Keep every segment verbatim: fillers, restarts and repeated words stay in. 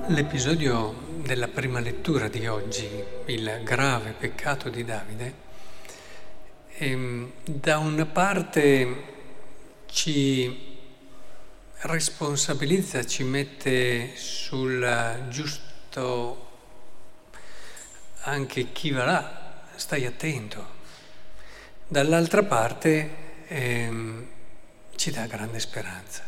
L'episodio della prima lettura di oggi, il grave peccato di Davide, ehm, da una parte ci responsabilizza, ci mette sul giusto anche chi va là, stai attento. Dall'altra parte ehm, ci dà grande speranza.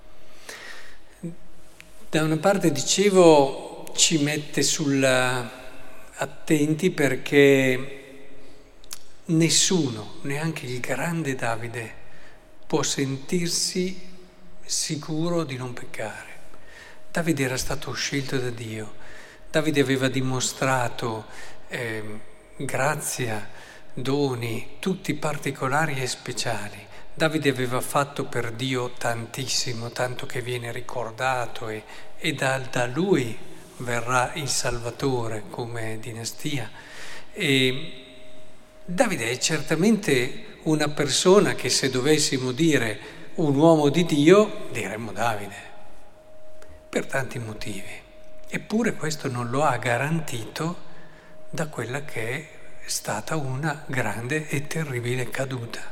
Da una parte, dicevo, ci mette sul attenti perché nessuno, neanche il grande Davide, può sentirsi sicuro di non peccare. Davide era stato scelto da Dio, Davide aveva dimostrato eh, grazia, doni, tutti particolari e speciali. Davide aveva fatto per Dio tantissimo, tanto che viene ricordato e, e da, da lui verrà il Salvatore come dinastia. E Davide è certamente una persona che, se dovessimo dire un uomo di Dio, diremmo Davide, per tanti motivi. Eppure questo non lo ha garantito da quella che è stata una grande e terribile caduta.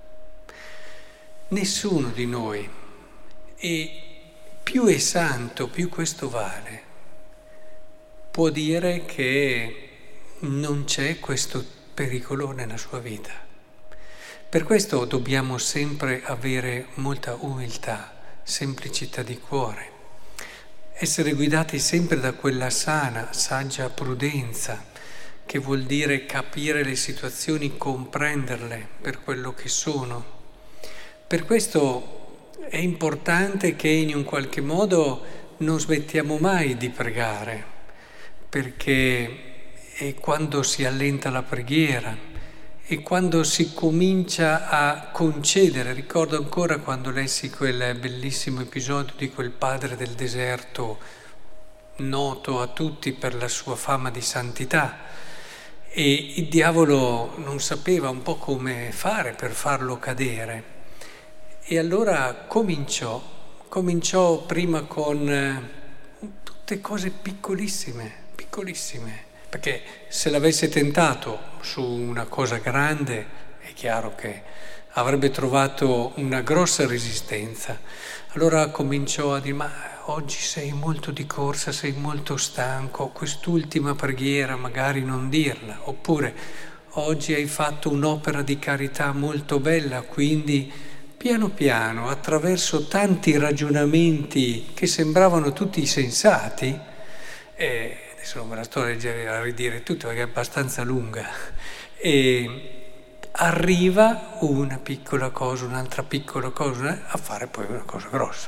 Nessuno di noi, e più è santo, più questo vale, può dire che non c'è questo pericolo nella sua vita. Per questo dobbiamo sempre avere molta umiltà, semplicità di cuore, essere guidati sempre da quella sana, saggia prudenza, che vuol dire capire le situazioni, comprenderle per quello che sono. Per questo è importante che in un qualche modo non smettiamo mai di pregare, perché è quando si allenta la preghiera e quando si comincia a concedere. Ricordo ancora quando lessi quel bellissimo episodio di quel padre del deserto, noto a tutti per la sua fama di santità, e il diavolo non sapeva un po' come fare per farlo cadere. E allora cominciò, cominciò prima con eh, tutte cose piccolissime, piccolissime, perché se l'avesse tentato su una cosa grande è chiaro che avrebbe trovato una grossa resistenza. Allora cominciò a dire, ma oggi sei molto di corsa, sei molto stanco, quest'ultima preghiera magari non dirla, oppure oggi hai fatto un'opera di carità molto bella, quindi piano piano, attraverso tanti ragionamenti che sembravano tutti sensati, e adesso non me la sto a leggere, a ridire tutto perché è abbastanza lunga, e arriva una piccola cosa, un'altra piccola cosa, a fare poi una cosa grossa.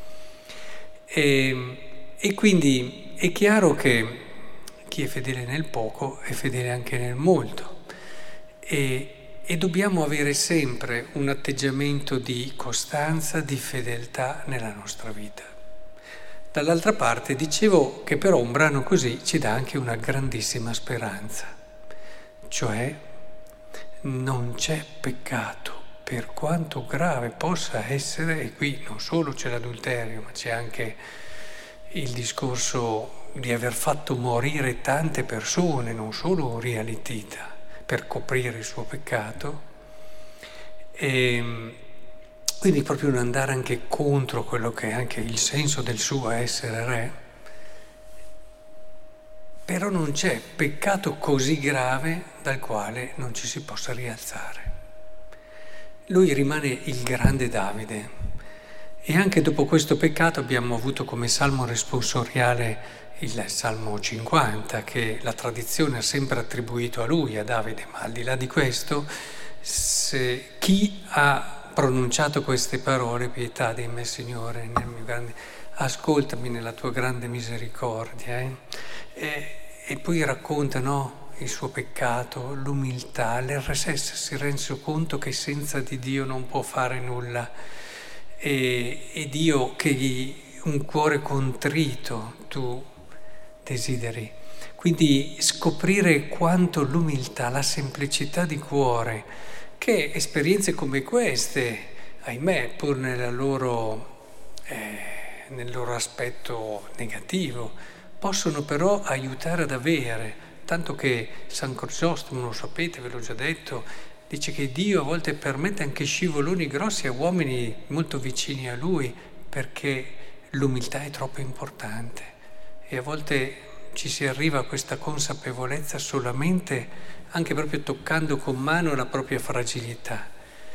E, e quindi è chiaro che chi è fedele nel poco è fedele anche nel molto. E, E dobbiamo avere sempre un atteggiamento di costanza, di fedeltà nella nostra vita. Dall'altra parte dicevo che però un brano così ci dà anche una grandissima speranza, cioè non c'è peccato, per quanto grave possa essere, e qui non solo c'è l'adulterio, ma c'è anche il discorso di aver fatto morire tante persone, non solo Uria l'Ittita, per coprire il suo peccato, e quindi proprio un andare anche contro quello che è anche il senso del suo essere re. Però non c'è peccato così grave dal quale non ci si possa rialzare. Lui rimane il grande Davide, e anche dopo questo peccato abbiamo avuto come salmo responsoriale il Salmo cinquanta, che la tradizione ha sempre attribuito a lui, a Davide, ma al di là di questo, se chi ha pronunciato queste parole, pietà di me Signore, nel mio grande, ascoltami nella tua grande misericordia, eh? e, e poi racconta, no, il suo peccato, l'umiltà, l'erre esse esse si rende conto che senza di Dio non può fare nulla, e, e Dio che un cuore contrito tu desideri. Quindi scoprire quanto l'umiltà, la semplicità di cuore, che esperienze come queste, ahimè, pur nella loro, eh, nel loro aspetto negativo, possono però aiutare ad avere, tanto che San Crisostomo, lo sapete, ve l'ho già detto, dice che Dio a volte permette anche scivoloni grossi a uomini molto vicini a Lui, perché l'umiltà è troppo importante e a volte ci si arriva a questa consapevolezza solamente anche proprio toccando con mano la propria fragilità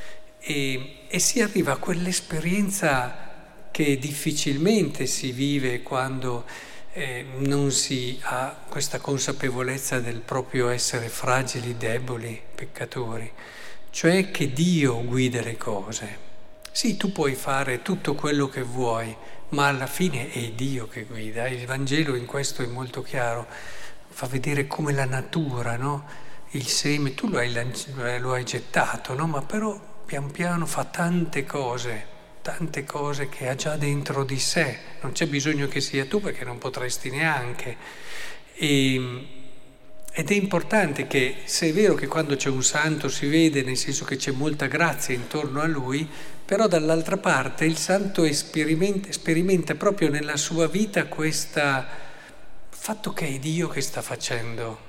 e, e si arriva a quell'esperienza che difficilmente si vive quando eh, non si ha questa consapevolezza del proprio essere fragili, deboli, peccatori, cioè che Dio guida le cose. Sì, tu puoi fare tutto quello che vuoi, ma alla fine è Dio che guida. Il Vangelo in questo è molto chiaro, fa vedere come la natura, no? Il seme, tu lo hai, lo hai gettato, no? Ma però pian piano fa tante cose, tante cose che ha già dentro di sé, non c'è bisogno che sia tu perché non potresti neanche. E, ed è importante che, se è vero che quando c'è un santo si vede, nel senso che c'è molta grazia intorno a lui, però dall'altra parte il santo sperimenta, sperimenta proprio nella sua vita questo fatto che è Dio che sta facendo.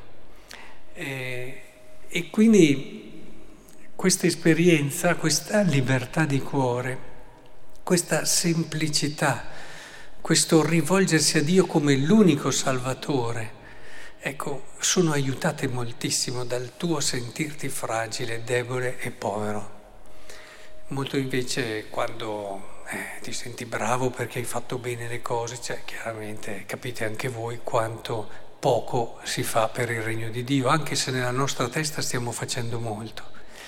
E, e quindi questa esperienza, questa libertà di cuore, questa semplicità, questo rivolgersi a Dio come l'unico Salvatore, ecco, sono aiutate moltissimo dal tuo sentirti fragile, debole e povero. Molto invece quando eh, ti senti bravo perché hai fatto bene le cose, cioè chiaramente capite anche voi quanto poco si fa per il regno di Dio, anche se nella nostra testa stiamo facendo molto.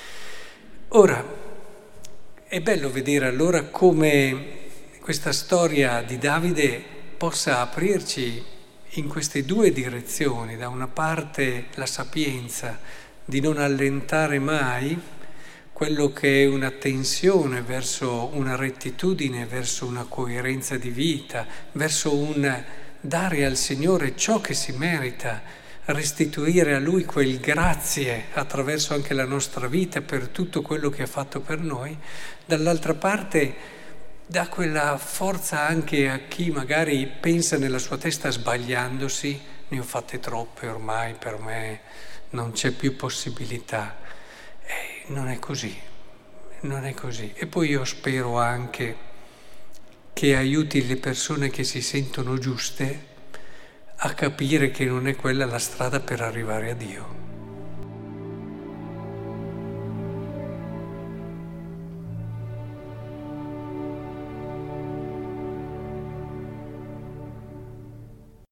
Ora, è bello vedere allora come questa storia di Davide possa aprirci in queste due direzioni. Da una parte la sapienza di non allentare mai quello che è una tensione verso una rettitudine, verso una coerenza di vita, verso un dare al Signore ciò che si merita, restituire a Lui quel grazie attraverso anche la nostra vita per tutto quello che ha fatto per noi. Dall'altra parte dà quella forza anche a chi magari pensa nella sua testa sbagliandosi, ne ho fatte troppe ormai, per me non c'è più possibilità. Eh, non è così, non è così. E poi io spero anche che aiuti le persone che si sentono giuste a capire che non è quella la strada per arrivare a Dio.